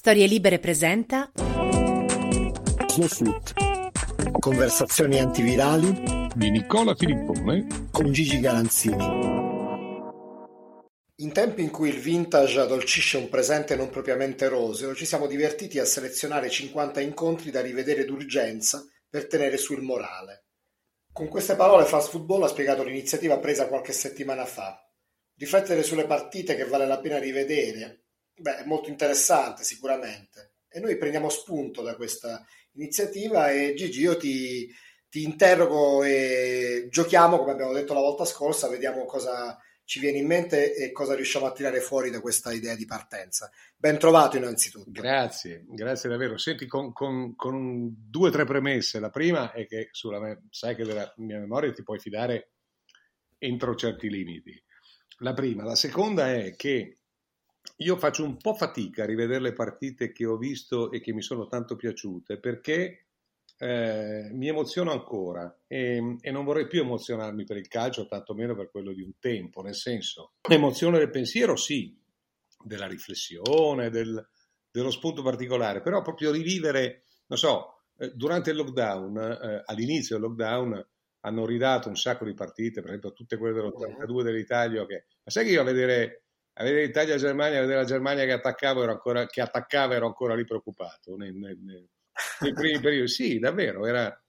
Storie Libere presenta Snowsuit. Conversazioni antivirali di Nicola Filippone con Gigi Galanzini. In tempi in cui il vintage addolcisce un presente non propriamente roseo, ci siamo divertiti a selezionare 50 incontri da rivedere d'urgenza per tenere su il morale. Con queste parole France Football ha spiegato l'iniziativa presa qualche settimana fa. Riflettere sulle partite che vale la pena rivedere, è molto interessante sicuramente. E noi prendiamo spunto da questa iniziativa e Gigi, io ti interrogo e giochiamo, come abbiamo detto la volta scorsa, vediamo cosa ci viene in mente e cosa riusciamo a tirare fuori da questa idea di partenza. Ben trovato innanzitutto. Grazie davvero. Senti, con 2 o 3 premesse. La prima è che sai che della mia memoria ti puoi fidare entro certi limiti. La prima. La seconda è che io faccio un po' fatica a rivedere le partite che ho visto e che mi sono tanto piaciute, perché mi emoziono ancora e non vorrei più emozionarmi per il calcio, tantomeno per quello di un tempo, nel senso, emozione del pensiero sì, della riflessione, dello spunto particolare, però proprio rivivere, non so, durante il lockdown, all'inizio del lockdown hanno ridato un sacco di partite, per esempio tutte quelle dell'82 dell'Italia, ma sai che io a vedere Italia-Germania, a vedere la Germania che attaccava ero ancora lì preoccupato nei primi periodi. Sì, davvero,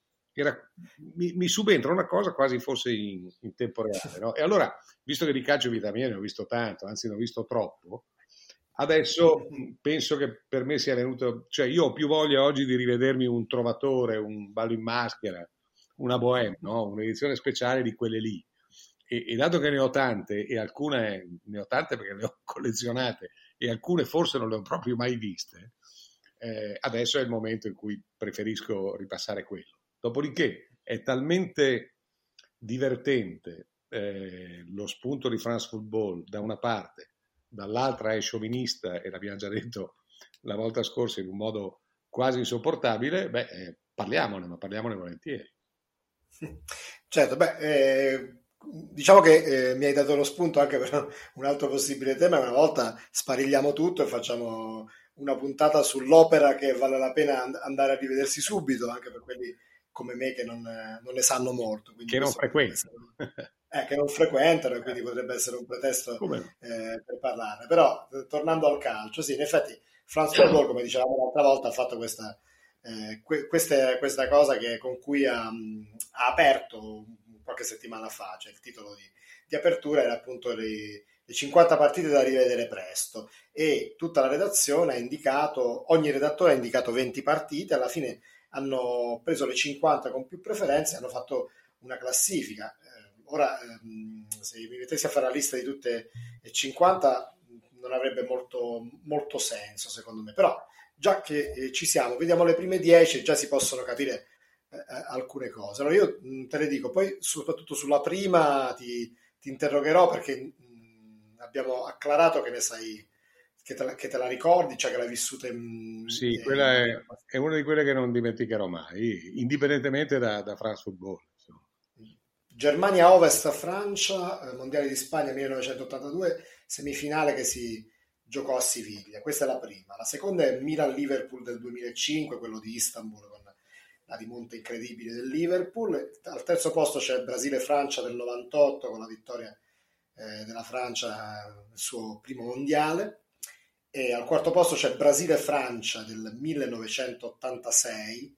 mi subentra una cosa quasi fosse in tempo reale, no? E allora, visto che di calcio vita mia ne ho visto tanto, anzi ne ho visto troppo, adesso penso che per me sia venuto, cioè io ho più voglia oggi di rivedermi un Trovatore, un Ballo in maschera, una Bohème, no? Un'edizione speciale di quelle lì. E dato che ne ho tante, e alcune ne ho tante perché le ho collezionate, e alcune forse non le ho proprio mai viste, adesso è il momento in cui preferisco ripassare quello. Dopodiché è talmente divertente lo spunto di France Football da una parte, dall'altra è sciovinista, e l'abbiamo già detto la volta scorsa in un modo quasi insopportabile, parliamone, ma parliamone volentieri. Certo, diciamo che mi hai dato lo spunto anche per un altro possibile tema. Una volta sparigliamo tutto e facciamo una puntata sull'opera che vale la pena andare a rivedersi subito, anche per quelli come me che non ne sanno molto. Che non frequentano. Che non frequentano, e quindi potrebbe essere un pretesto per parlarne. Però, tornando al calcio, sì, in effetti France Football, come dicevamo l'altra volta, ha fatto questa cosa con cui ha aperto qualche settimana fa, cioè il titolo di apertura era appunto le 50 partite da rivedere presto, e tutta la redazione ogni redattore ha indicato 20 partite, alla fine hanno preso le 50 con più preferenze e hanno fatto una classifica. Ora, se mi mettessi a fare la lista di tutte le 50 non avrebbe molto senso, secondo me, però già che ci siamo, vediamo le prime 10 e già si possono capire alcune cose. Allora io te le dico, poi soprattutto sulla prima ti interrogherò, perché abbiamo acclarato che ne sai, che te la ricordi, cioè che l'hai vissuta sì, quella è una di quelle che non dimenticherò mai, indipendentemente da France Football. Insomma. Germania Ovest Francia, mondiale di Spagna 1982, semifinale che si giocò a Siviglia. Questa è la prima. La seconda è Milan-Liverpool del 2005, quello di Istanbul, con la rimonta incredibile del Liverpool. Al terzo posto c'è Brasile-Francia del 98, con la vittoria della Francia nel suo primo mondiale. E al quarto posto c'è Brasile-Francia del 1986,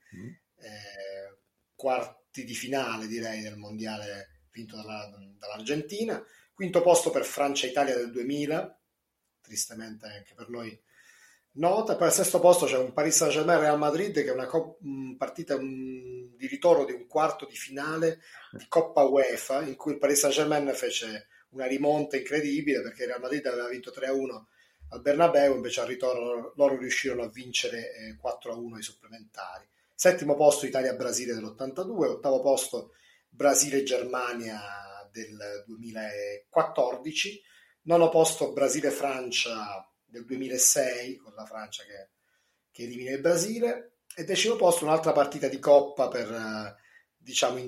quarti di finale direi del mondiale vinto dall'Argentina. Quinto posto per Francia-Italia del 2000, tristemente anche per noi nota. Poi al sesto posto c'è un Paris Saint-Germain-Real Madrid, che è una partita di ritorno di un quarto di finale di Coppa UEFA, in cui il Paris Saint-Germain fece una rimonta incredibile, perché il Real Madrid aveva vinto 3-1 al Bernabeu, invece al ritorno loro riuscirono a vincere 4-1 ai supplementari. Settimo posto Italia-Brasile dell'82, ottavo posto Brasile-Germania del 2014, nono posto Brasile-Francia del 2006, con la Francia che elimina il Brasile, e decimo posto un'altra partita di Coppa per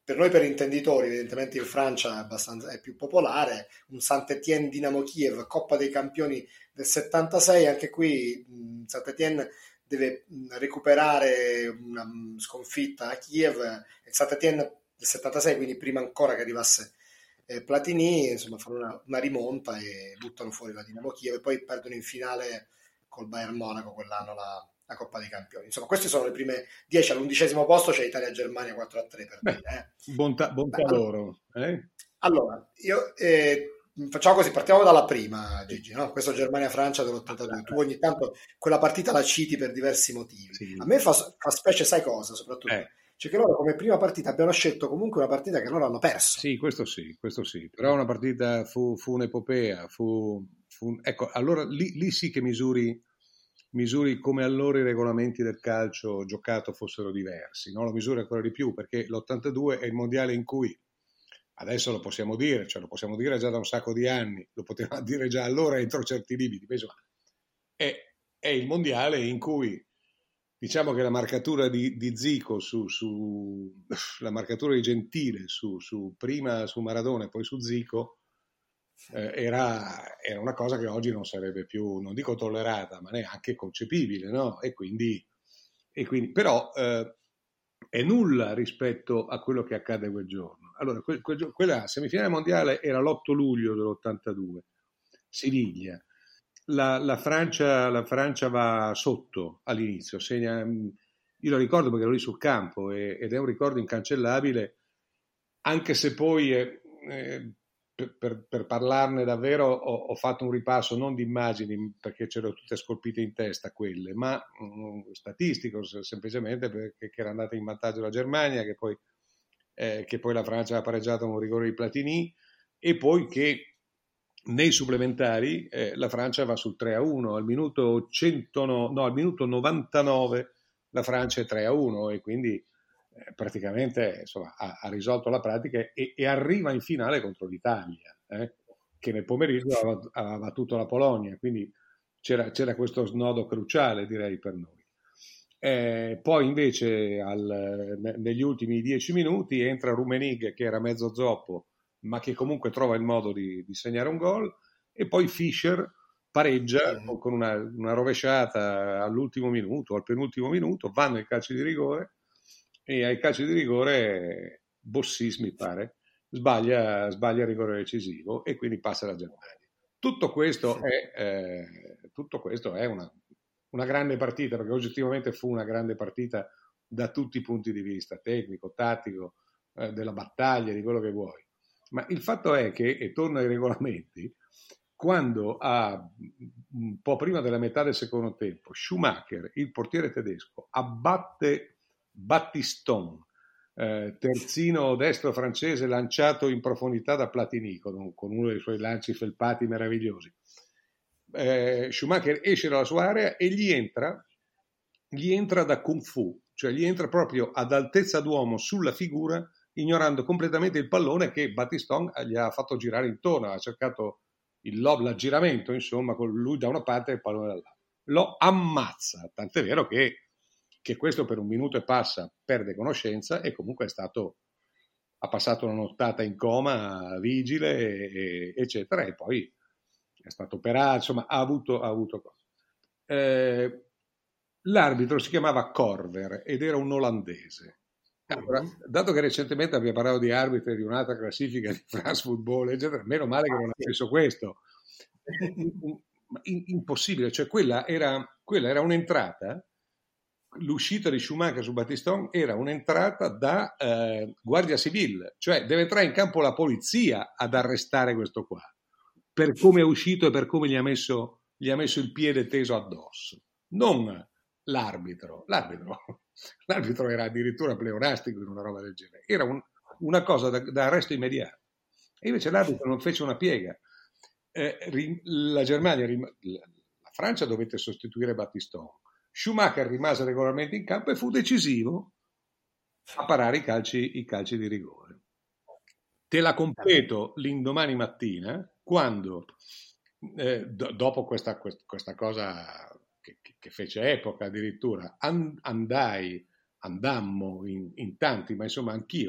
per noi per intenditori, evidentemente in Francia è più popolare, un Saint-Étienne Dinamo Kiev, Coppa dei Campioni del 76, anche qui Saint-Étienne deve recuperare una sconfitta a Kiev, il Saint-Étienne del 76, quindi prima ancora che arrivasse Platini, insomma fanno una rimonta e buttano fuori la Dinamo Kiev e poi perdono in finale col Bayern Monaco quell'anno la Coppa dei Campioni. Insomma, queste sono le prime 10. All'11° posto c'è Italia-Germania 4-3 per dire. Bontà loro. Allora, io facciamo così, partiamo dalla prima, Gigi, no? Questo Germania-Francia dell'82. Tu ogni tanto quella partita la citi per diversi motivi. Sì. A me fa specie, sai cosa, soprattutto? Cioè che loro come prima partita abbiano scelto comunque una partita che loro hanno perso. Sì, questo sì. Però una partita fu un'epopea, ecco, allora lì sì che misuri come allora i regolamenti del calcio giocato fossero diversi, no? Lo misuri ancora di più, perché l'82 è il mondiale in cui, adesso lo possiamo dire già da un sacco di anni, lo potevamo dire già allora entro certi limiti, insomma, è il mondiale in cui diciamo che la marcatura di Zico la marcatura di Gentile prima su Maradona e poi su Zico era una cosa che oggi non sarebbe più, non dico tollerata, ma neanche concepibile, no? E quindi però è nulla rispetto a quello che accade quel giorno. Allora, quella semifinale mondiale era l'8 luglio dell'82, Siviglia. La Francia va sotto all'inizio, io lo ricordo perché ero lì sul campo ed è un ricordo incancellabile, anche se poi per parlarne davvero ho fatto un ripasso non di immagini perché c'erano tutte scolpite in testa quelle, ma statistico, semplicemente perché era andata in vantaggio la Germania, che poi la Francia ha pareggiato con un rigore di Platini e poi che nei supplementari la Francia va sul 3-1 al minuto 99 la Francia è 3-1 e quindi praticamente insomma, ha risolto la pratica e arriva in finale contro l'Italia che nel pomeriggio aveva battuto la Polonia, quindi c'era questo snodo cruciale, direi, per noi. Poi invece negli ultimi 10 minuti entra Rummenigge, che era mezzo zoppo ma che comunque trova il modo di segnare un gol, e poi Fischer pareggia con una rovesciata all'ultimo minuto, al penultimo minuto, vanno ai calci di rigore e ai calci di rigore Bossis, mi pare, sbaglia il rigore decisivo e quindi passa la Germania. Tutto questo è una grande partita, perché oggettivamente fu una grande partita da tutti i punti di vista, tecnico, tattico, della battaglia, di quello che vuoi. Ma il fatto è che, e torno ai regolamenti, quando un po' prima della metà del secondo tempo Schumacher, il portiere tedesco, abbatte Battiston, terzino destro francese lanciato in profondità da Platini con uno dei suoi lanci felpati meravigliosi, Schumacher esce dalla sua area e gli entra da Kung Fu, cioè gli entra proprio ad altezza d'uomo sulla figura, ignorando completamente il pallone che Battiston gli ha fatto girare intorno, ha cercato l'aggiramento, insomma, con lui da una parte e il pallone dall'altra. Lo ammazza, tant'è vero che questo per un minuto e passa perde conoscenza e comunque ha passato una nottata in coma, vigile, eccetera, e poi è stato operato, insomma, ha avuto cose. L'arbitro si chiamava Korver ed era un olandese. Allora, dato che recentemente abbiamo parlato di arbitri di un'altra classifica di France Football, eccetera, meno male che non ha messo questo. Impossibile, cioè quella era un'entrata, l'uscita di Schumacher su Battiston era un'entrata da Guardia Civile, cioè deve entrare in campo la polizia ad arrestare questo qua, per come è uscito e per come gli ha messo il piede teso addosso, non l'arbitro era addirittura pleonastico in una roba del genere, era una cosa da arresto immediato, e invece l'arbitro non fece una piega. La Francia dovette sostituire Battiston, Schumacher rimase regolarmente in campo e fu decisivo a parare i calci di rigore. Te la completo l'indomani mattina, quando dopo questa cosa che fece epoca addirittura, andammo in tanti, ma insomma anch'io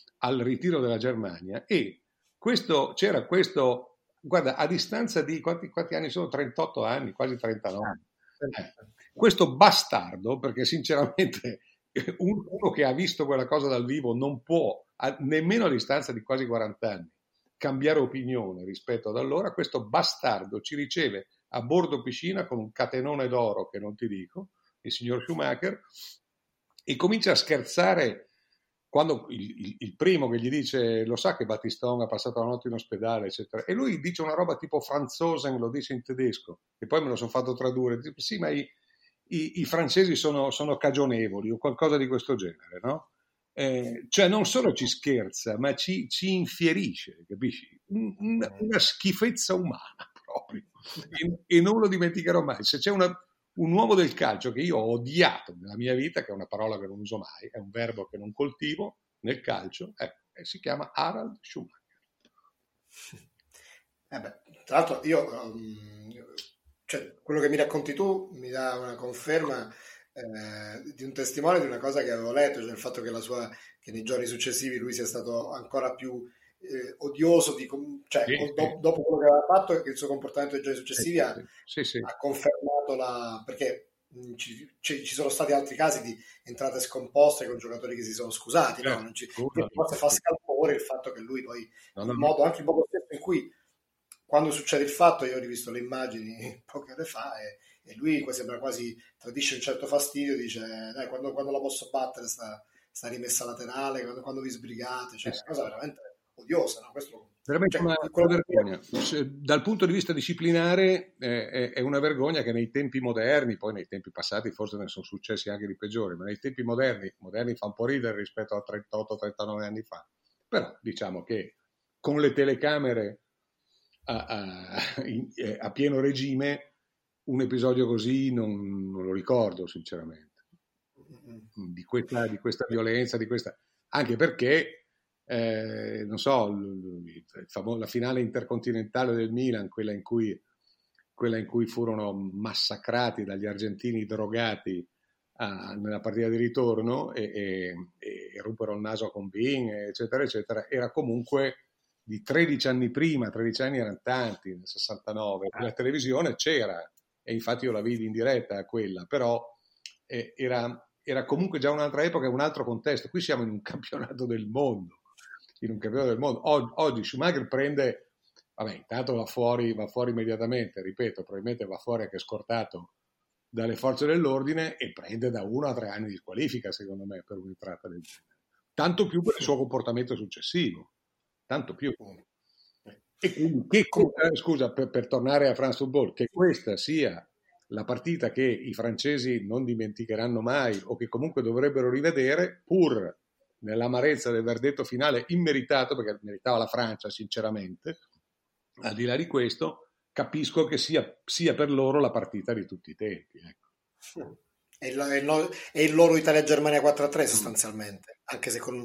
al ritiro della Germania, e c'era questo, guarda, a distanza di quanti anni sono? 38 anni, quasi 39. Questo bastardo, perché sinceramente uno che ha visto quella cosa dal vivo non può, nemmeno a distanza di quasi 40 anni, cambiare opinione rispetto ad allora. Questo bastardo ci riceve a bordo piscina con un catenone d'oro che non ti dico, il signor Schumacher, e comincia a scherzare quando il primo che gli dice, lo sa che Battiston ha passato la notte in ospedale, eccetera, e lui dice una roba tipo Franzosen, lo dice in tedesco, e poi me lo sono fatto tradurre, dice, sì, ma i francesi sono cagionevoli o qualcosa di questo genere, no? Cioè non solo ci scherza, ma ci infierisce, capisci? Una schifezza umana proprio, e non lo dimenticherò mai. Se c'è un uomo del calcio che io ho odiato nella mia vita, che è una parola che non uso mai, è un verbo che non coltivo nel calcio, e si chiama Harald Schumacher. Tra l'altro io, cioè, quello che mi racconti tu mi dà una conferma di un testimone di una cosa che avevo letto, cioè il fatto che nei giorni successivi lui sia stato ancora più odioso, cioè, dopo quello che aveva fatto, che il suo comportamento nei giorni successivi ha confermato perché ci sono stati altri casi di entrate scomposte con giocatori che si sono scusati, no? Forse fa scalpore il fatto che lui poi, anche il modo stesso in cui, quando succede il fatto, io ho rivisto le immagini poche ore fa, e lui sembra quasi tradisce un certo fastidio, dice dai, quando la posso battere sta rimessa laterale, quando vi sbrigate, cioè una cosa veramente odiosa, no? Questo veramente una vergogna. Dal punto di vista disciplinare è una vergogna che nei tempi moderni, poi nei tempi passati forse ne sono successi anche di peggiori, ma nei tempi moderni fa un po' ridere rispetto a 38-39 anni fa, però diciamo che con le telecamere a pieno regime un episodio così non lo ricordo sinceramente, di questa violenza, anche perché non so, la finale intercontinentale del Milan, quella in cui furono massacrati dagli argentini drogati nella partita di ritorno e ruppero il naso con Bean, eccetera, eccetera, era comunque di 13 anni prima. 13 anni erano tanti, nel 69, la televisione c'era, e infatti io la vidi in diretta a quella, però era comunque già un'altra epoca e un altro contesto. Qui siamo in un campionato del mondo. Oggi Schumacher prende, vabbè, intanto va fuori immediatamente, ripeto, probabilmente va fuori anche scortato dalle forze dell'ordine, e prende da 1 a 3 anni di squalifica, secondo me, per un'entrata del genere. Tanto più per il suo comportamento successivo, tanto più. E quindi, scusa, per tornare a France Football, che questa sia la partita che i francesi non dimenticheranno mai, o che comunque dovrebbero rivedere, pur nell'amarezza del verdetto finale immeritato, perché meritava la Francia sinceramente, al di là di questo capisco che sia per loro la partita di tutti i tempi, ecco. È il loro Italia-Germania 4-3 sostanzialmente, anche se con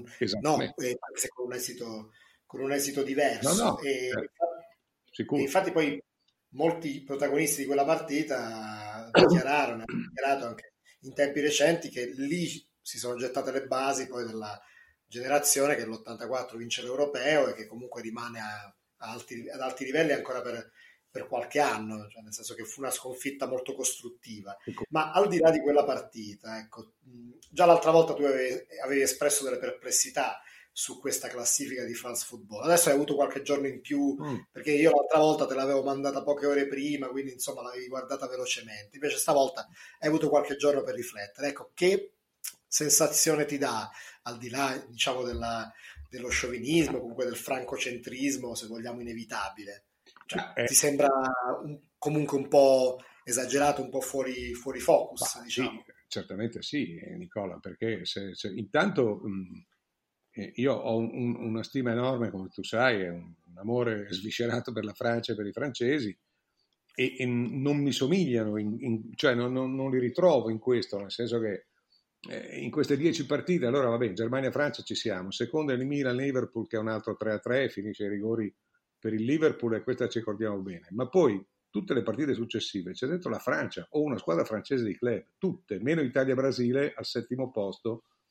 un esito diverso. Infatti poi molti protagonisti di quella partita hanno dichiarato anche in tempi recenti che lì si sono gettate le basi poi della generazione che l'84 vince l'Europeo e che comunque rimane ad alti livelli ancora per qualche anno, cioè nel senso che fu una sconfitta molto costruttiva. Ma al di là di quella partita, ecco, già l'altra volta tu avevi espresso delle perplessità su questa classifica di France Football. Adesso hai avuto qualche giorno in più, perché io l'altra volta te l'avevo mandata poche ore prima, quindi insomma l'avevi guardata velocemente. Invece stavolta hai avuto qualche giorno per riflettere. Ecco, che sensazione ti dà, al di là, diciamo, dello sciovinismo, comunque del francocentrismo, se vogliamo, inevitabile? Cioè, ti sembra comunque un po' esagerato, un po' fuori focus, diciamo? Sì, certamente sì, Nicola, perché intanto io ho una stima enorme, come tu sai, un amore sviscerato per la Francia e per i francesi, e non mi somigliano, cioè non li ritrovo in questo, nel senso che in queste 10 partite, allora vabbè, Germania-Francia ci siamo, seconda è il Milan-Liverpool che è un altro 3-3, finisce ai rigori per il Liverpool, e questa ci ricordiamo bene, ma poi tutte le partite successive c'è dentro la Francia o una squadra francese di club, tutte, meno Italia-Brasile al 7° posto,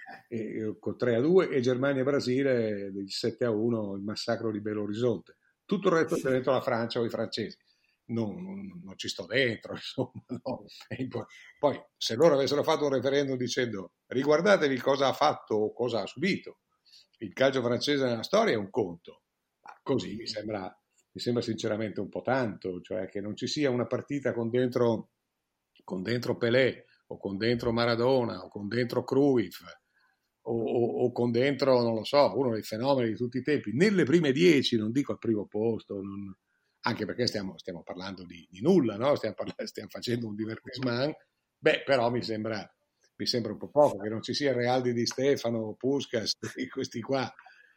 con 3-2, e Germania-Brasile del 7-1, il massacro di Belo Horizonte. Tutto il resto è dentro la Francia o i francesi. Non ci sto dentro, insomma, no. Poi, se loro avessero fatto un referendum dicendo riguardatevi cosa ha fatto o cosa ha subito il calcio francese nella storia, è un conto. Ma così mi sembra sinceramente un po' tanto, cioè che non ci sia una partita con dentro Pelé, o con dentro Maradona, o con dentro Cruyff, o con dentro, non lo so, uno dei fenomeni di tutti i tempi, nelle prime 10, non dico al primo posto, anche perché stiamo parlando di nulla, no? Stiamo facendo un divertissement. Beh, però mi sembra un po' poco che non ci sia Real di Stefano, Puskás, questi qua.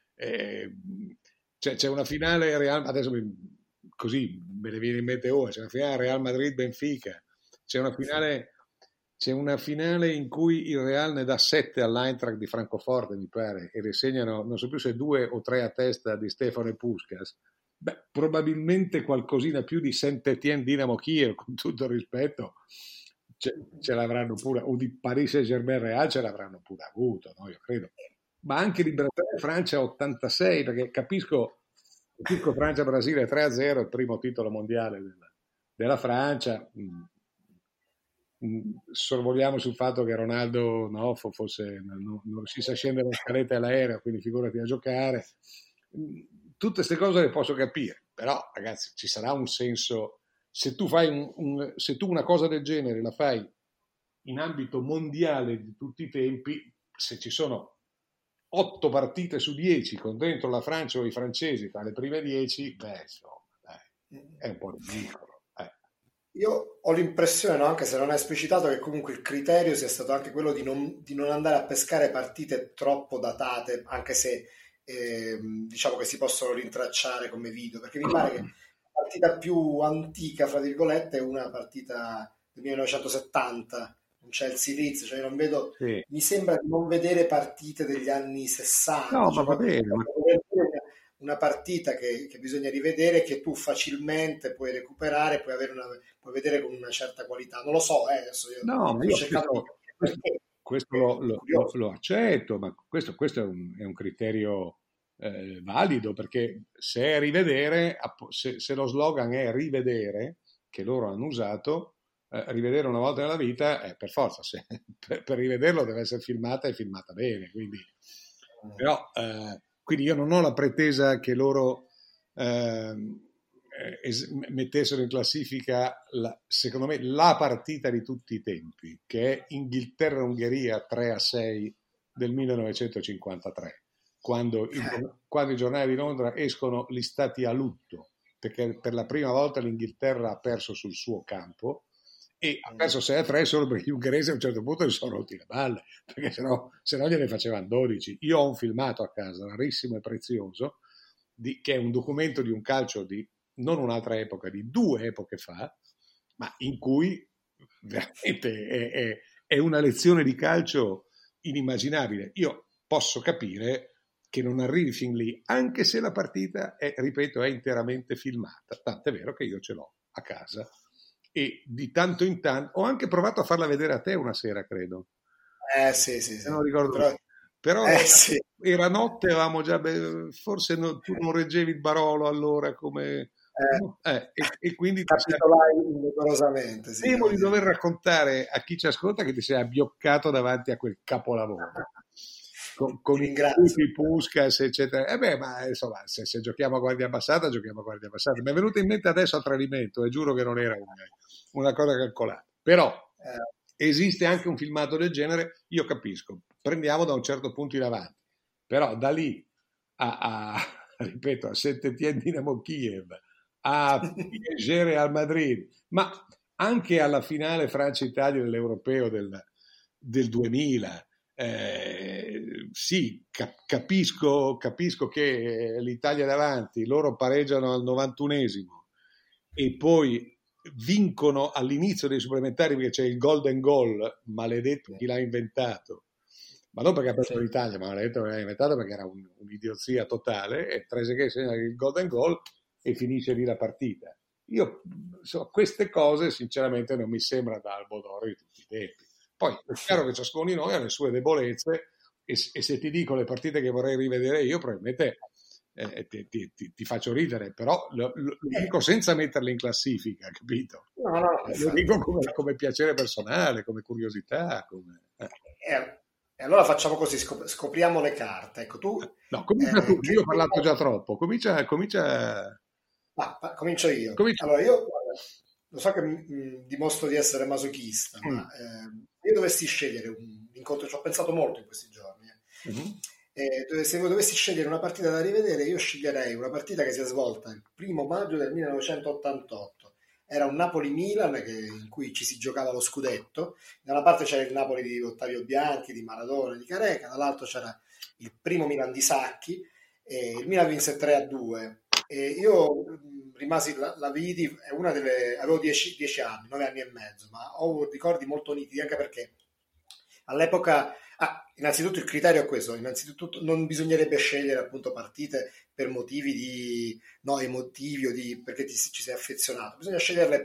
C'è una finale Real, adesso così me ne viene in mente ora, c'è una finale Real Madrid-Benfica, c'è una finale in cui il Real ne dà 7 all'Eintracht di Francoforte, mi pare, e ne segnano, non so più se 2 o 3 a testa di Stefano e Puskás. Beh, probabilmente qualcosina più di Saint-Étienne Dinamo Kiev, con tutto il rispetto, ce l'avranno pure, o di Paris Saint-Germain Real ce l'avranno pure avuto, no? Io credo. Ma anche Libertà Francia 86, perché capisco Francia-Brasile 3-0, il primo titolo mondiale della Francia. Sorvoliamo sul fatto che Ronaldo forse non riuscisse a scendere la scaletta all'aereo, quindi figurati a giocare. Tutte queste cose le posso capire, però ragazzi ci sarà un senso. Se tu fai se tu una cosa del genere la fai in ambito mondiale di tutti i tempi, se ci sono 8 partite su 10 con dentro la Francia o i francesi tra le prime 10, beh, insomma, dai, è un po' ridicolo. Io ho l'impressione, no, anche se non è esplicitato, che comunque il criterio sia stato anche quello di non andare a pescare partite troppo datate, anche se diciamo che si possono rintracciare come video, perché mi pare che la partita più antica, fra virgolette, è una partita del 1970, un Chelsea-Leeds, cioè non vedo, Sì. mi sembra di non vedere partite degli anni 60. No, cioè ma va bene. una partita che bisogna rivedere, che tu facilmente puoi recuperare, puoi vedere con una certa qualità. Non lo so, adesso io no, ma sto cercando questo lo accetto, ma questo è un criterio valido, perché se è rivedere, se lo slogan è rivedere, che loro hanno usato, rivedere una volta nella vita, per forza, per rivederlo deve essere filmata e filmata bene, quindi, però, quindi io non ho la pretesa che loro mettessero in classifica, secondo me, la partita di tutti i tempi, che è Inghilterra-Ungheria 3-6 del 1953, quando i giornali di Londra escono listati a lutto, perché per la prima volta l'Inghilterra ha perso sul suo campo, e ha perso 6-3 solo perché gli ungheresi a un certo punto si sono rotti le balle, perché se no gliene facevano 12. Io ho un filmato a casa, rarissimo e prezioso, che è un documento di un calcio di non un'altra epoca, di 2 epoche fa, ma in cui veramente è una lezione di calcio inimmaginabile. Io posso capire che non arrivi fin lì, anche se la partita ripeto, è interamente filmata, tant'è vero che io ce l'ho a casa, e di tanto in tanto ho anche provato a farla vedere a te una sera, credo. Sì. Non ricordo però sì. era notte, avevamo già forse tu non reggevi il Barolo allora come e quindi capitolai indecorosamente. Sì, temo di dover raccontare a chi ci ascolta che ti sei abbioccato davanti a quel capolavoro con i Puskás, eccetera. Ma insomma, se giochiamo a guardia abbassata, giochiamo a guardia abbassata. Mi è venuto in mente adesso a tradimento, e giuro che non era una cosa calcolata. Però esiste anche un filmato del genere, io capisco, prendiamo da un certo punto in avanti, però da lì ripeto, a Saint-Étienne Dinamo Kiev, a PSG Real Madrid, ma anche alla finale Francia-Italia dell'Europeo del 2000. Sì, capisco che l'Italia è davanti, loro pareggiano al 91esimo e poi vincono all'inizio dei supplementari perché c'è il golden goal, maledetto chi l'ha inventato, ma non perché ha perso l'Italia, ma maledetto che l'ha inventato perché era un'idiozia totale, e Trezeguet segna il golden goal e finisce lì la partita. Io queste cose sinceramente non mi sembra da Albodoro di tutti i tempi. Poi è chiaro che ciascuno di noi ha le sue debolezze, e se ti dico le partite che vorrei rivedere io, probabilmente ti faccio ridere, però lo dico senza metterle in classifica, capito? No, Lo dico come, infatti. come piacere personale, come curiosità. E allora facciamo così, scopriamo le carte. Ecco, tu No, comincia tu, che io ho parlato già troppo. Comincia. comincio io. Comincia. Allora, io lo so che dimostro di essere masochista, ma se io dovessi scegliere un incontro, ci ho pensato molto in questi giorni. Mhm. Se dovessi scegliere una partita da rivedere, io sceglierei una partita che si è svolta il 1° maggio del 1988. Era un Napoli-Milan in cui ci si giocava lo scudetto. Da una parte c'era il Napoli di Ottavio Bianchi, di Maradona, di Careca, dall'altro c'era il primo Milan di Sacchi. E il Milan vinse 3-2. E io rimasi, la vidi, è una avevo 10 anni, 9 anni e mezzo, ma ho ricordi molto nitidi anche perché all'epoca, innanzitutto il criterio è questo, innanzitutto non bisognerebbe scegliere appunto partite per motivi emotivi perché ci sei affezionato, bisogna sceglierle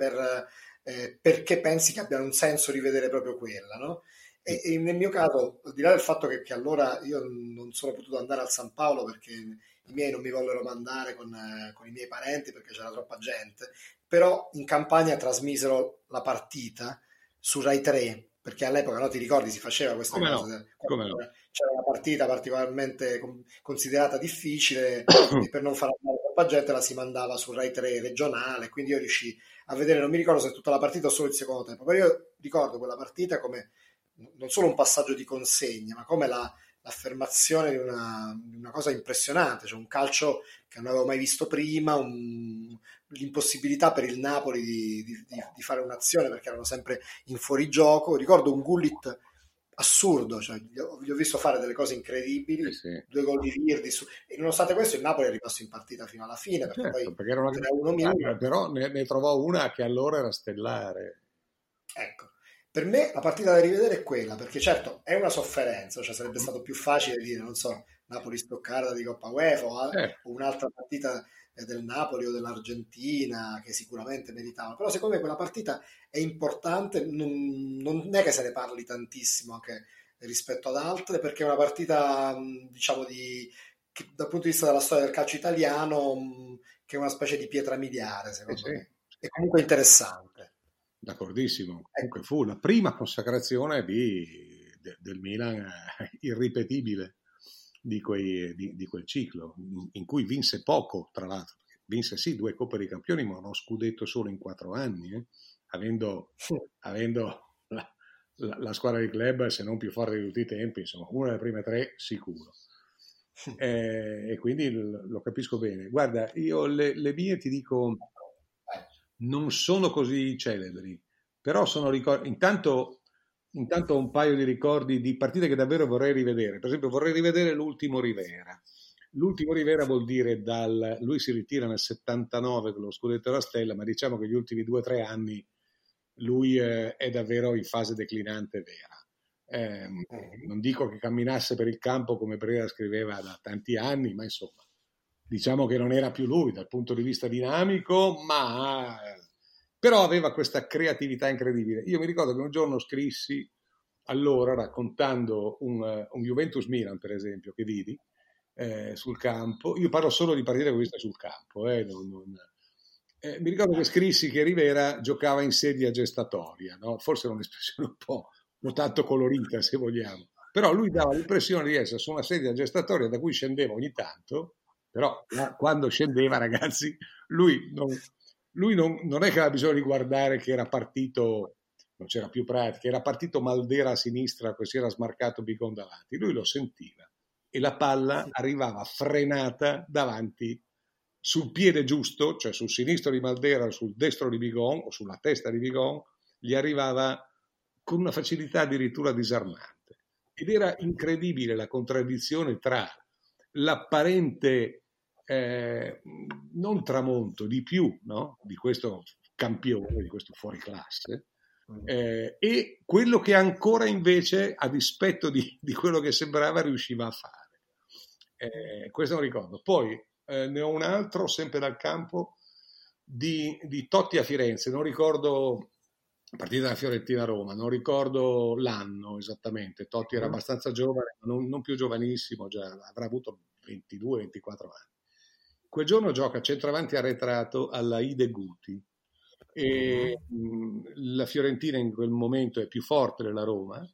perché pensi che abbia un senso rivedere proprio quella, no? E nel mio caso, al di là del fatto che allora io non sono potuto andare al San Paolo perché i miei non mi vollero mandare con i miei parenti perché c'era troppa gente, però in Campania trasmisero la partita su Rai 3, perché all'epoca, no, ti ricordi, si faceva questa Come cosa, no? Come no? c'era una partita particolarmente considerata difficile e per non far andare troppa gente la si mandava su Rai 3 regionale, quindi io riuscii a vedere, non mi ricordo se tutta la partita o solo il secondo tempo, però io ricordo quella partita come non solo un passaggio di consegna, ma come l'affermazione di una cosa impressionante, cioè un calcio che non avevo mai visto prima, l'impossibilità per il Napoli di fare un'azione perché erano sempre in fuorigioco. Ricordo un Gullit assurdo, cioè, gli ho visto fare delle cose incredibili, Sì. 2 gol di Virdi e nonostante questo il Napoli è rimasto in partita fino alla fine perché Certo, poi perché era una 3-1 grande Milan. però ne trovò una che allora era stellare. Ecco, per me la partita da rivedere è quella, perché certo è una sofferenza, cioè sarebbe stato più facile dire, non so, Napoli-Stoccarda di Coppa UEFA o un'altra partita del Napoli o dell'Argentina che sicuramente meritavano, però secondo me quella partita è importante, non è che se ne parli tantissimo anche rispetto ad altre, perché è una partita, diciamo, che, dal punto di vista della storia del calcio italiano, che è una specie di pietra miliare, secondo Sì. me, è comunque interessante. D'accordissimo. Comunque fu la prima consacrazione del Milan irripetibile di quel ciclo, in cui vinse poco, tra l'altro. Vinse sì 2 Coppe dei Campioni, ma uno scudetto solo in 4 anni, avendo la squadra di club, se non più forte di tutti i tempi, insomma, una delle prime 3 sicuro. E quindi lo capisco bene. Guarda, io le mie ti dico non sono così celebri, però sono ricordi. Intanto ho un paio di ricordi di partite che davvero vorrei rivedere. Per esempio, vorrei rivedere l'ultimo Rivera. L'ultimo Rivera vuol dire lui si ritira nel 79 con lo scudetto della Stella, ma diciamo che gli ultimi 2 o 3 anni lui è davvero in fase declinante vera. Non dico che camminasse per il campo come Brera scriveva da tanti anni, ma insomma, diciamo che non era più lui dal punto di vista dinamico, ma però aveva questa creatività incredibile. Io mi ricordo che un giorno scrissi, allora, raccontando un Juventus Milan, per esempio, che vidi sul campo. Io parlo solo di partite che ho visto sul campo. Mi ricordo che scrissi che Rivera giocava in sedia gestatoria, no? Forse era un'espressione un po' tanto colorita, se vogliamo. Però lui dava l'impressione di essere su una sedia gestatoria da cui scendeva ogni tanto, però quando scendeva, ragazzi, lui non è che aveva bisogno di guardare che era partito, non c'era più Prati, che era partito Maldera a sinistra, poi si era smarcato Bicon davanti. Lui lo sentiva e la palla arrivava frenata davanti sul piede giusto, cioè sul sinistro di Maldera, sul destro di Bigon o sulla testa di Bigon, gli arrivava con una facilità addirittura disarmante. Ed era incredibile la contraddizione tra l'apparente non tramonto, di più, no? Di questo campione, di questo fuoriclasse, e quello che ancora invece, a dispetto di quello che sembrava, riusciva a fare. Questo non ricordo. Poi ne ho un altro, sempre dal campo, di Totti a Firenze. Non ricordo partita della Fiorentina-Roma, non ricordo l'anno esattamente, Totti era abbastanza giovane, ma non più giovanissimo, già avrà avuto 22-24 anni. Quel giorno gioca centravanti arretrato alla Ide Guti e la Fiorentina in quel momento è più forte della Roma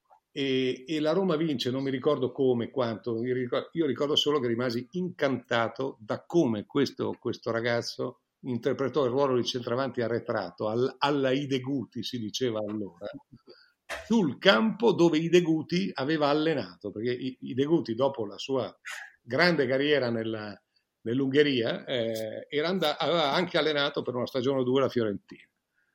e la Roma vince, non mi ricordo come, quanto, io ricordo solo che rimasi incantato da come questo ragazzo interpretò il ruolo di centravanti arretrato alla Ideguti, si diceva allora, sul campo dove Ideguti aveva allenato, perché Ideguti dopo la sua grande carriera nell'Ungheria aveva anche allenato per una stagione o due la Fiorentina.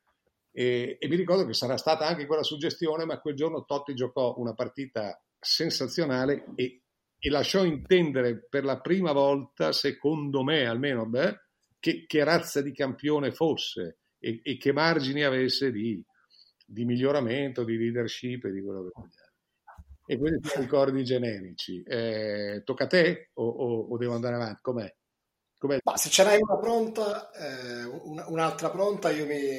E mi ricordo che sarà stata anche quella suggestione, ma quel giorno Totti giocò una partita sensazionale e lasciò intendere per la prima volta, secondo me almeno, che razza di campione fosse e che margini avesse di miglioramento, di leadership e di quello che vogliamo. E questi sono ricordi generici. Tocca a te o devo andare avanti? Com'è? Ma se ce n'hai una pronta, un'altra pronta,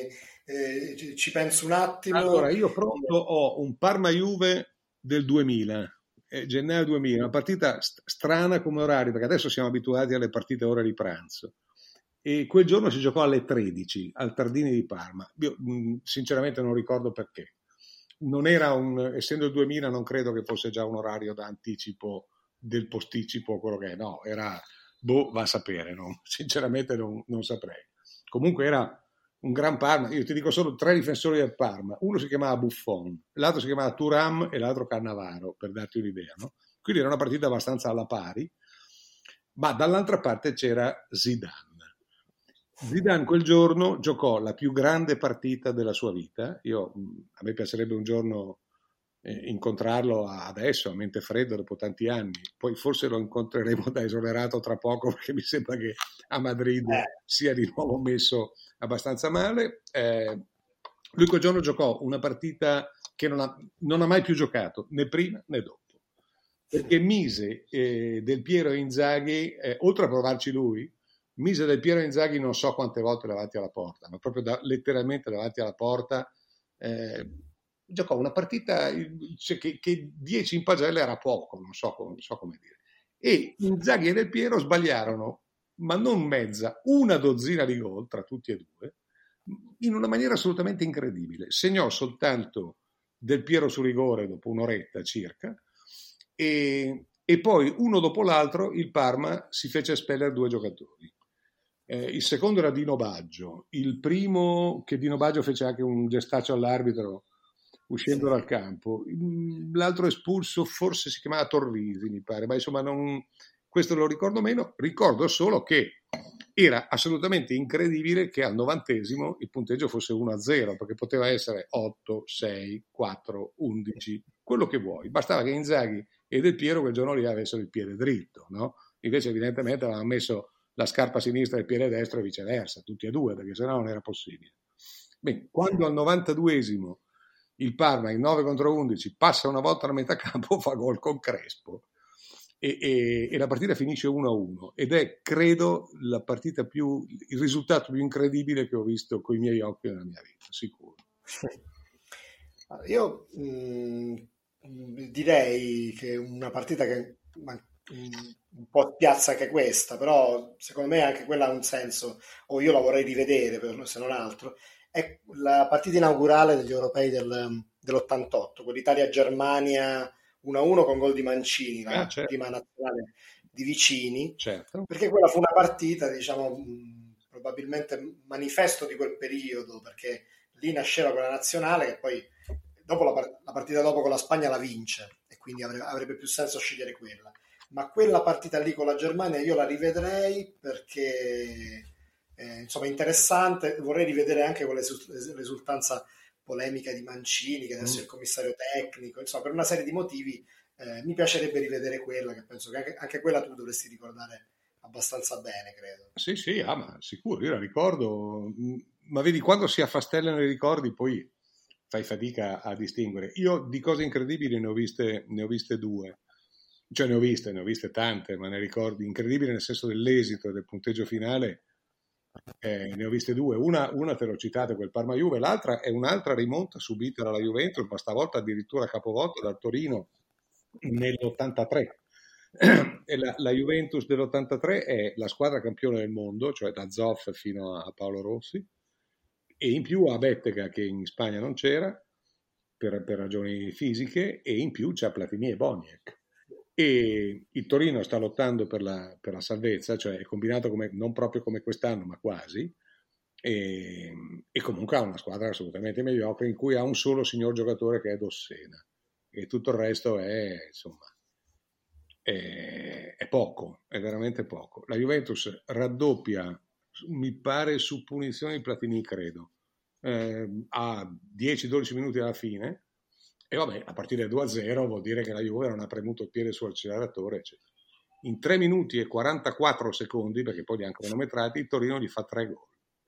ci penso un attimo. Allora, io pronto ho un Parma-Juve del 2000, gennaio 2000, una partita strana come orario, perché adesso siamo abituati alle partite ora di pranzo. E quel giorno si giocò alle 13 al Tardini di Parma. Io sinceramente non ricordo perché. Non era essendo il 2000, non credo che fosse già un orario da anticipo del posticipo, quello che è. No, era, va a sapere, no? Sinceramente non saprei. Comunque era un gran Parma. Io ti dico solo 3 difensori del Parma. Uno si chiamava Buffon, l'altro si chiamava Thuram e l'altro Cannavaro, per darti un'idea, no? Quindi era una partita abbastanza alla pari. Ma dall'altra parte c'era Zidane. Zidane quel giorno giocò la più grande partita della sua vita. A me piacerebbe un giorno incontrarlo adesso, a mente fredda, dopo tanti anni. Poi forse lo incontreremo da esonerato tra poco, perché mi sembra che a Madrid sia di nuovo messo abbastanza male. Lui quel giorno giocò una partita che non ha mai più giocato, né prima né dopo, perché mise Del Piero e Inzaghi, oltre a provarci lui, mise Del Piero e Inzaghi non so quante volte davanti alla porta, ma proprio letteralmente davanti alla porta. Giocò una partita che 10 in pagelle era poco, non so come dire. E Inzaghi e Del Piero sbagliarono, ma non mezza, una dozzina di gol tra tutti e due, in una maniera assolutamente incredibile. Segnò soltanto Del Piero su rigore dopo un'oretta circa, e poi uno dopo l'altro il Parma si fece espellere 2 giocatori. Il secondo era Dino Baggio, il primo che Dino Baggio fece anche un gestaccio all'arbitro uscendo dal campo, l'altro espulso forse si chiamava Torrisi mi pare, ma insomma questo lo ricordo meno. Ricordo solo che era assolutamente incredibile che al 90esimo il punteggio fosse 1-0, perché poteva essere 8, 6, 4, 11, quello che vuoi, bastava che Inzaghi e Del Piero quel giorno lì avessero il piede dritto, no? Invece evidentemente avevano messo la scarpa sinistra e il piede destro e viceversa, tutti e due, perché sennò non era possibile. Bene, quando al 92esimo il Parma in 9 contro 11 passa una volta a metà campo, fa gol con Crespo e la partita finisce 1-1 ed è, credo, il risultato più incredibile che ho visto con i miei occhi nella mia vita, sicuro. Io direi che una partita che un po' spiazza anche questa, però secondo me anche quella ha un senso, o io la vorrei rivedere se non altro, è la partita inaugurale degli europei dell'88, quell'Italia-Germania 1-1 con gol di Mancini, la prima nazionale di Vicini, certo. Perché quella fu una partita, diciamo, probabilmente manifesto di quel periodo, perché lì nasceva quella nazionale che poi dopo la partita dopo con la Spagna la vince e quindi avrebbe più senso scegliere quella. Ma quella partita lì con la Germania io la rivedrei perché insomma interessante. Vorrei rivedere anche con l'esultanza polemica di Mancini, che adesso è il commissario tecnico, insomma per una serie di motivi mi piacerebbe rivedere quella, che penso che anche quella tu dovresti ricordare abbastanza bene, credo. Sì, ma sicuro, io la ricordo, ma vedi, quando si affastellano i ricordi poi fai fatica a distinguere. Io di cose incredibili ne ho viste 2, cioè ne ho viste tante, ma ne ricordi incredibili nel senso dell'esito e del punteggio finale. Ne ho viste due, una te l'ho citata, quel Parma-Juve, l'altra è un'altra rimonta subita dalla Juventus, ma stavolta addirittura capovolta dal Torino nell'83. E la Juventus dell'83 è la squadra campione del mondo, cioè da Zoff fino a Paolo Rossi, e in più ha Bettega che in Spagna non c'era per ragioni fisiche, e in più c'ha Platini e Boniek. E il Torino sta lottando per la salvezza, cioè è combinato non proprio come quest'anno, ma quasi, e comunque ha una squadra assolutamente mediocre in cui ha un solo signor giocatore che è Dossena, e tutto il resto è, insomma, è poco, è veramente poco. La Juventus raddoppia, mi pare su punizioni di Platini, credo, a 10-12 minuti alla fine, e vabbè, a partire da 2-0 vuol dire che la Juve non ha premuto il piede sull'acceleratore, eccetera. In 3 minuti e 44 secondi, perché poi li hanno cronometrati, il Torino gli fa 3 gol.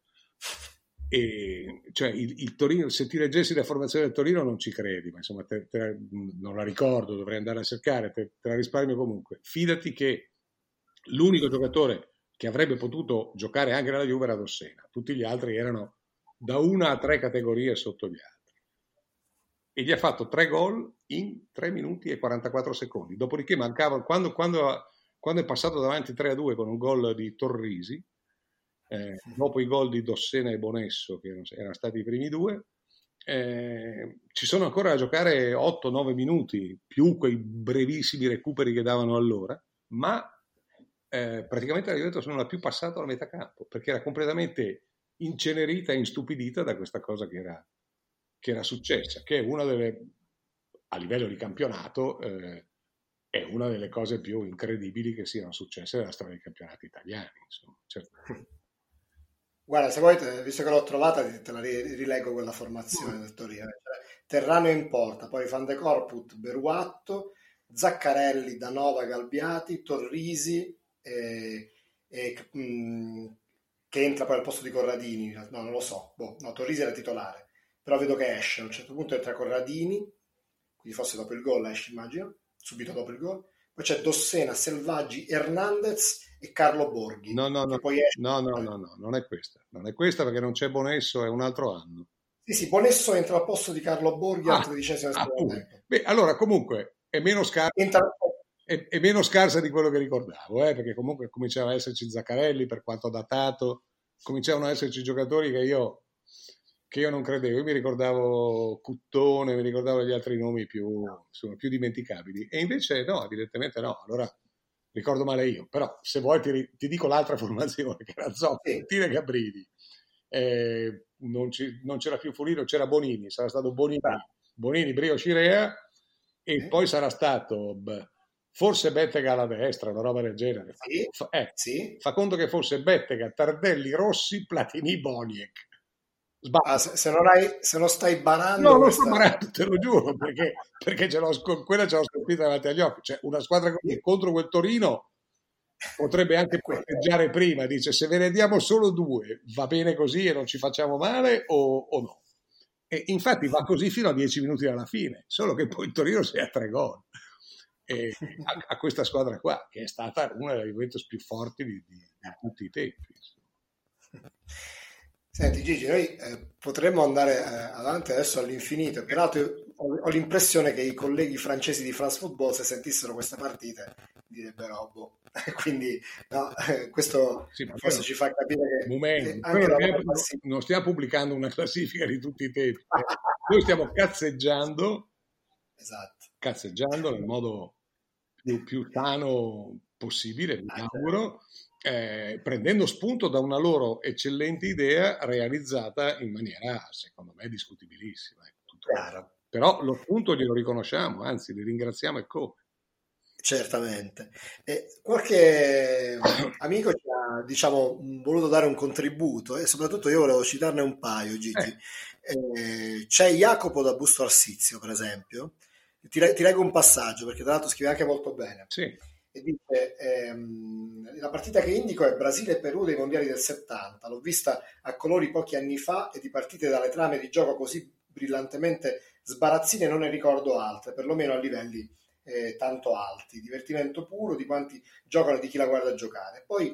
E cioè il Torino, se ti leggessi la formazione del Torino non ci credi, ma insomma non la ricordo, dovrei andare a cercare, te la risparmio comunque. Fidati che l'unico giocatore che avrebbe potuto giocare anche nella Juve era Dossena, tutti gli altri erano da 1 a 3 categorie sotto gli altri, e gli ha fatto 3 gol in 3 minuti e 44 secondi, dopodiché mancava, quando è passato davanti 3-2 con un gol di Torrisi, dopo i gol di Dossena e Bonesso, che erano stati i primi due, ci sono ancora da giocare 8-9 minuti, più quei brevissimi recuperi che davano allora, ma praticamente la Juventus non ha più passato la metà campo, perché era completamente incenerita e instupidita da questa cosa che era successa, che è una delle, a livello di campionato, è una delle cose più incredibili che siano successe nella storia dei campionati italiani, insomma. Certo. Guarda, se vuoi, visto che l'ho trovata, te la rileggo quella formazione del Torino. Terraneo in porta, poi Van de Corput, Beruatto, Zaccarelli, Danova, Galbiati, Torrisi, che entra poi al posto di Corradini. No, non lo so. No, Torrisi era titolare, però vedo che esce. A un certo punto entra Corradini, quindi forse dopo il gol esce, immagino, subito dopo il gol. Poi c'è Dossena, Selvaggi, Hernandez e Carlo Borghi. No, non è questa. Non è questa, perché non c'è Bonesso, è un altro anno. Sì, Bonesso entra al posto di Carlo Borghi al 13° tempo. Beh, allora comunque è meno scarsa. È meno scarsa di quello che ricordavo, perché comunque cominciava a esserci Zaccarelli, per quanto datato, cominciavano ad esserci giocatori che io non credevo. Io mi ricordavo Cuttone, mi ricordavo gli altri nomi più dimenticabili, e invece no, evidentemente no. Allora ricordo male io, però se vuoi ti dico l'altra formazione, che era Zoppi, Tine Gabrini, non c'era più Fulino, c'era Bonini, sarà stato Bonini, Brio Cirea, e poi sarà stato forse Bettega alla destra, una roba del genere. Fa conto che fosse Bettega, Tardelli, Rossi, Platini, Boniek. Se non stai barando, no, non sto barando, te lo giuro, perché quella ce l'ho scolpita davanti agli occhi. Cioè, una squadra contro quel Torino potrebbe anche patteggiare prima, dice: se ve ne diamo solo 2 va bene così e non ci facciamo male, o no. E infatti va così fino a 10 minuti dalla fine, solo che poi il Torino si è a 3 gol a questa squadra qua, che è stata una delle Juventus più forti di tutti i tempi. Senti Gigi, noi potremmo andare avanti adesso all'infinito, peraltro ho l'impressione che i colleghi francesi di France Football, se sentissero queste partite, direbbero boh. Quindi no, questo forse ci fa capire che non stiamo pubblicando una classifica di tutti i tempi, noi stiamo cazzeggiando, esatto, nel modo più sano possibile, mi auguro, prendendo spunto da una loro eccellente idea realizzata in maniera, secondo me, discutibilissima. Chiaro. Però lo spunto glielo riconosciamo, anzi li ringraziamo, e come. Certamente. Qualche amico ci ha, diciamo, voluto dare un contributo, e soprattutto io volevo citarne un paio, Gigi. C'è Jacopo da Busto Arsizio, per esempio. Ti leggo un passaggio, perché tra l'altro scrive anche molto bene. Sì. E dice: la partita che indico è Brasile-Perù dei mondiali del 70. L'ho vista a colori pochi anni fa, e di partite dalle trame di gioco così brillantemente sbarazzine non ne ricordo altre, perlomeno a livelli tanto alti. Divertimento puro di quanti giocano e di chi la guarda giocare. Poi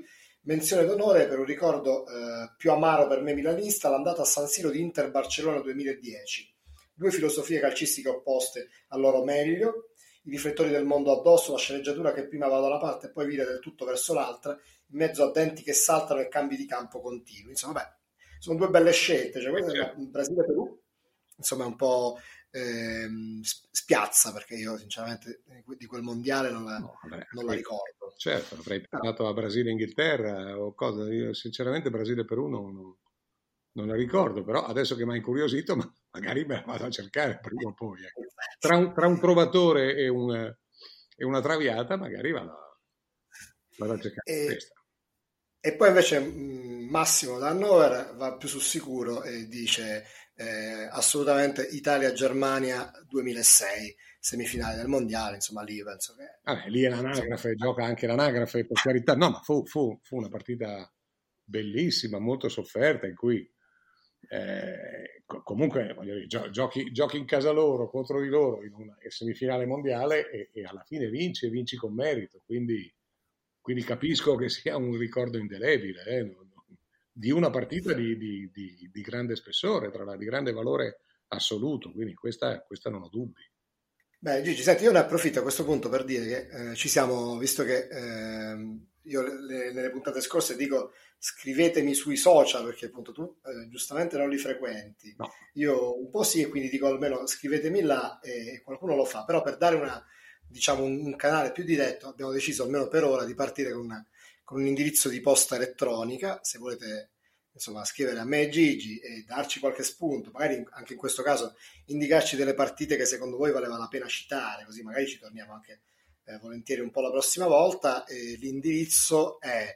menzione d'onore per un ricordo più amaro per me milanista, l'andata a San Siro di Inter-Barcellona 2010. Due filosofie calcistiche opposte al loro meglio, i riflettori del mondo addosso, la sceneggiatura che prima va da una parte e poi vira del tutto verso l'altra, in mezzo a denti che saltano e cambi di campo continui. Insomma, beh, sono due belle scelte, cioè questa è Brasile-Perù, insomma è un po' spiazza, perché io sinceramente di quel mondiale non la ricordo. Certo, avrei pensato a Brasile-Inghilterra o cosa. Io sinceramente Brasile-Perù non la ricordo, però adesso che mi ha incuriosito magari me la vado a cercare prima o poi. Tra un trovatore e una traviata magari vado a cercare questa. E poi invece Massimo da Hannover va più sul sicuro e dice assolutamente Italia-Germania 2006, semifinale del mondiale, insomma lì penso che... Vabbè, lì è l'anagrafe, gioca anche l'anagrafe, per carità. No, ma fu una partita bellissima, molto sofferta, in cui comunque voglio dire, giochi in casa loro contro di loro in una semifinale mondiale e alla fine vinci con merito, quindi capisco che sia un ricordo indelebile di una partita di grande spessore, di grande valore assoluto, quindi questa non ho dubbi. Beh, Gigi, senti, io ne approfitto a questo punto per dire che ci siamo, visto che io nelle puntate scorse dico scrivetemi sui social, perché appunto tu giustamente non li frequenti. No. Io un po' sì, e quindi dico almeno scrivetemi là e qualcuno lo fa, però per dare un canale più diretto abbiamo deciso almeno per ora di partire con un indirizzo di posta elettronica, se volete insomma scrivere a me e Gigi e darci qualche spunto, magari anche in questo caso indicarci delle partite che secondo voi valeva la pena citare, così magari ci torniamo anche volentieri un po' la prossima volta. L'indirizzo è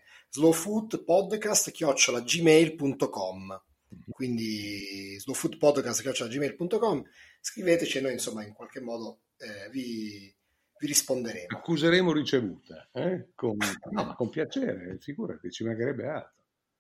slowfoodpodcast@gmail.com, quindi slowfoodpodcast@gmail.com, scriveteci e noi insomma in qualche modo vi risponderemo. Accuseremo ricevuta, con piacere, figurati, ci mancherebbe altro.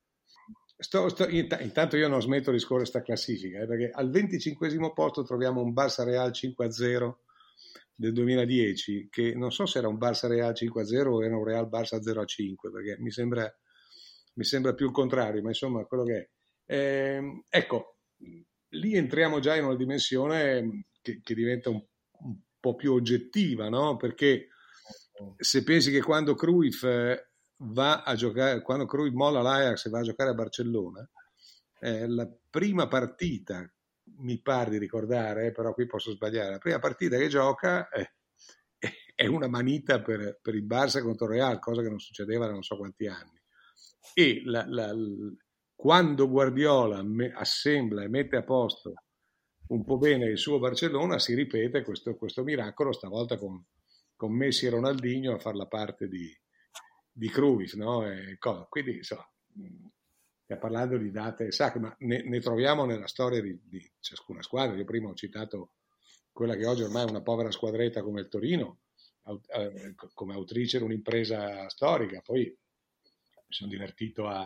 Intanto io non smetto di scorrere sta classifica, perché al 25esimo posto troviamo un Barça Real 5-0 del 2010, che non so se era un Barça Real 5-0 o era un Real Barça 0-5, perché mi sembra più il contrario, ma insomma quello che è. Ecco, lì entriamo già in una dimensione che diventa un po' più oggettiva, no? Perché se pensi che quando Cruyff va a giocare, quando Cruyff molla l'Ajax e va a giocare a Barcellona, la prima partita, mi pare di ricordare, però qui posso sbagliare, la prima partita che gioca è una manita per il Barça contro il Real, cosa che non succedeva da non so quanti anni. E quando Guardiola assembla e mette a posto un po' bene il suo Barcellona, si ripete questo miracolo, stavolta con Messi e Ronaldinho a far la parte di Cruyff, no? Quindi insomma, stiamo parlando di date sacre, ma ne troviamo nella storia di ciascuna squadra. Io prima ho citato quella che oggi ormai è una povera squadretta come il Torino, come autrice di un'impresa storica. Poi mi sono divertito a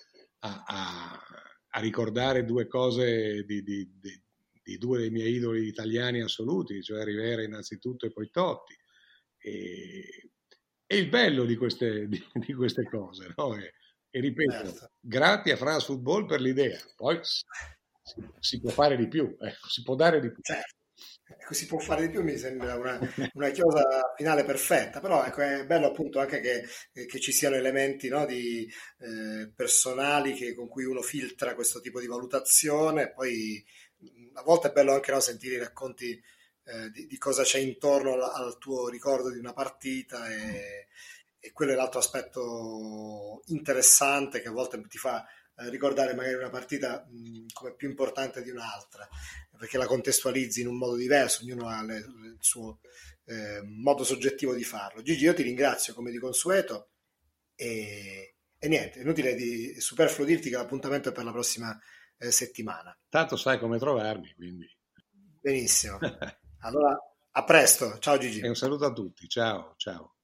ricordare due cose di due dei miei idoli italiani assoluti, cioè Rivera innanzitutto e poi Totti. E il bello di queste cose, no? E ripeto, grazie a France Football per l'idea, poi si può fare di più, si può dare di più. Certo. Si può fare di più, mi sembra una chiosa finale perfetta, però ecco, è bello appunto anche che ci siano elementi, no, personali con cui uno filtra questo tipo di valutazione. Poi a volte è bello anche, no, sentire i racconti di cosa c'è intorno al tuo ricordo di una partita e quello è l'altro aspetto interessante che a volte ti fa ricordare magari una partita come più importante di un'altra, perché la contestualizzi in un modo diverso, ognuno ha il suo modo soggettivo di farlo. Gigi, io ti ringrazio come di consueto e niente, è inutile superfluo dirti che l'appuntamento è per la prossima settimana. Tanto sai come trovarmi, quindi. Benissimo. Allora, a presto. Ciao Gigi. E un saluto a tutti. Ciao.